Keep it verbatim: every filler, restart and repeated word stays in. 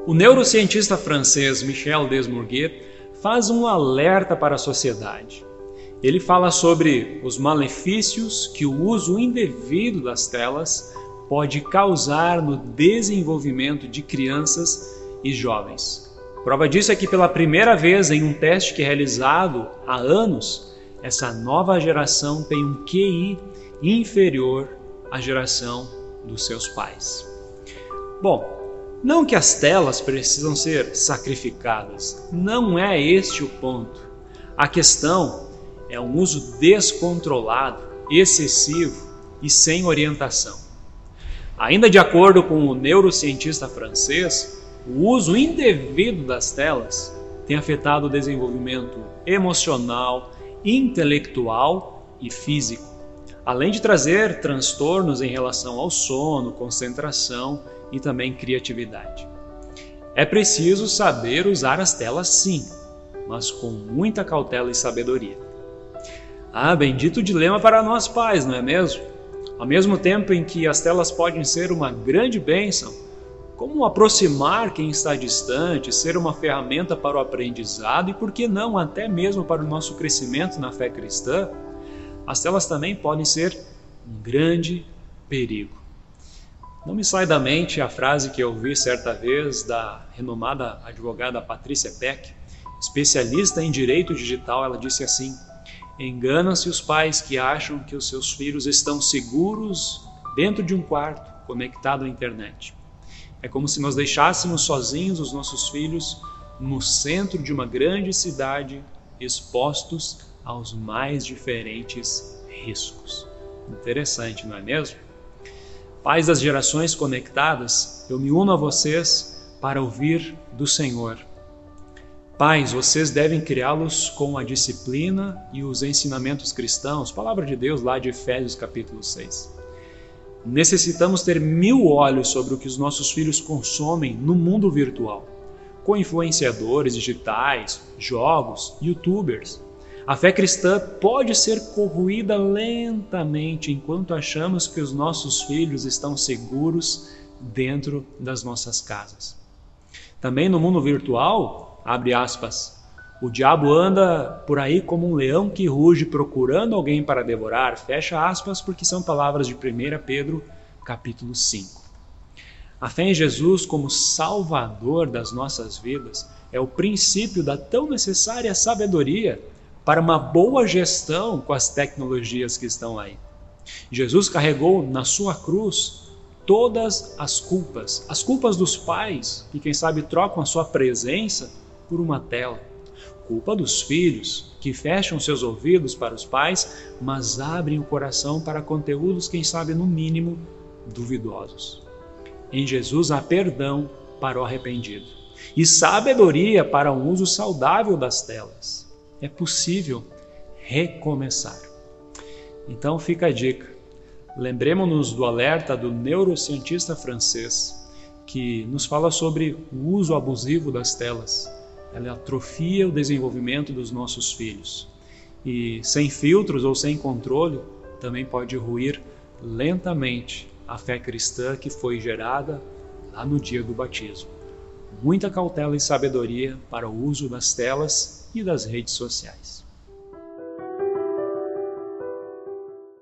O neurocientista francês Michel Desmourguet faz um alerta para a sociedade. Ele fala sobre os malefícios que o uso indevido das telas pode causar no desenvolvimento de crianças e jovens. Prova disso é que pela primeira vez em um teste que é realizado há anos, essa nova geração tem um Q I inferior à geração dos seus pais. Bom, não que as telas precisam ser sacrificadas, não é este o ponto. A questão é um uso descontrolado, excessivo e sem orientação. Ainda de acordo com o neurocientista francês, o uso indevido das telas tem afetado o desenvolvimento emocional, intelectual e físico, além de trazer transtornos em relação ao sono, concentração e também criatividade. É preciso saber usar as telas sim, mas com muita cautela e sabedoria. Ah, bendito dilema para nós pais, não é mesmo? Ao mesmo tempo em que as telas podem ser uma grande bênção, como aproximar quem está distante, ser uma ferramenta para o aprendizado e, por que não, até mesmo para o nosso crescimento na fé cristã, as telas também podem ser um grande perigo. Não me sai da mente a frase que eu ouvi certa vez da renomada advogada Patrícia Peck, especialista em direito digital. Ela disse assim: enganam-se os pais que acham que os seus filhos estão seguros dentro de um quarto conectado à internet. É como se nós deixássemos sozinhos os nossos filhos no centro de uma grande cidade, expostos aos mais diferentes riscos. Interessante, não é mesmo? Pais das gerações conectadas, eu me uno a vocês para ouvir do Senhor. Pais, vocês devem criá-los com a disciplina e os ensinamentos cristãos, palavra de Deus lá de Efésios capítulo seis. Necessitamos ter mil olhos sobre o que os nossos filhos consomem no mundo virtual, com influenciadores digitais, jogos, youtubers. A fé cristã pode ser corroída lentamente enquanto achamos que os nossos filhos estão seguros dentro das nossas casas. Também no mundo virtual, abre aspas, o diabo anda por aí como um leão que ruge procurando alguém para devorar, fecha aspas, porque são palavras de primeira Pedro capítulo cinco. A fé em Jesus como Salvador das nossas vidas é o princípio da tão necessária sabedoria para uma boa gestão com as tecnologias que estão aí. Jesus carregou na sua cruz todas as culpas, as culpas dos pais, que quem sabe trocam a sua presença por uma tela. Culpa dos filhos, que fecham seus ouvidos para os pais, mas abrem o coração para conteúdos, quem sabe no mínimo, duvidosos. Em Jesus há perdão para o arrependido e sabedoria para um uso saudável das telas. É possível recomeçar. Então fica a dica. Lembremos-nos do alerta do neurocientista francês, que nos fala sobre o uso abusivo das telas. Ela atrofia o desenvolvimento dos nossos filhos. E sem filtros ou sem controle, também pode ruir lentamente a fé cristã que foi gerada lá no dia do batismo. Muita cautela e sabedoria para o uso das telas e das redes sociais.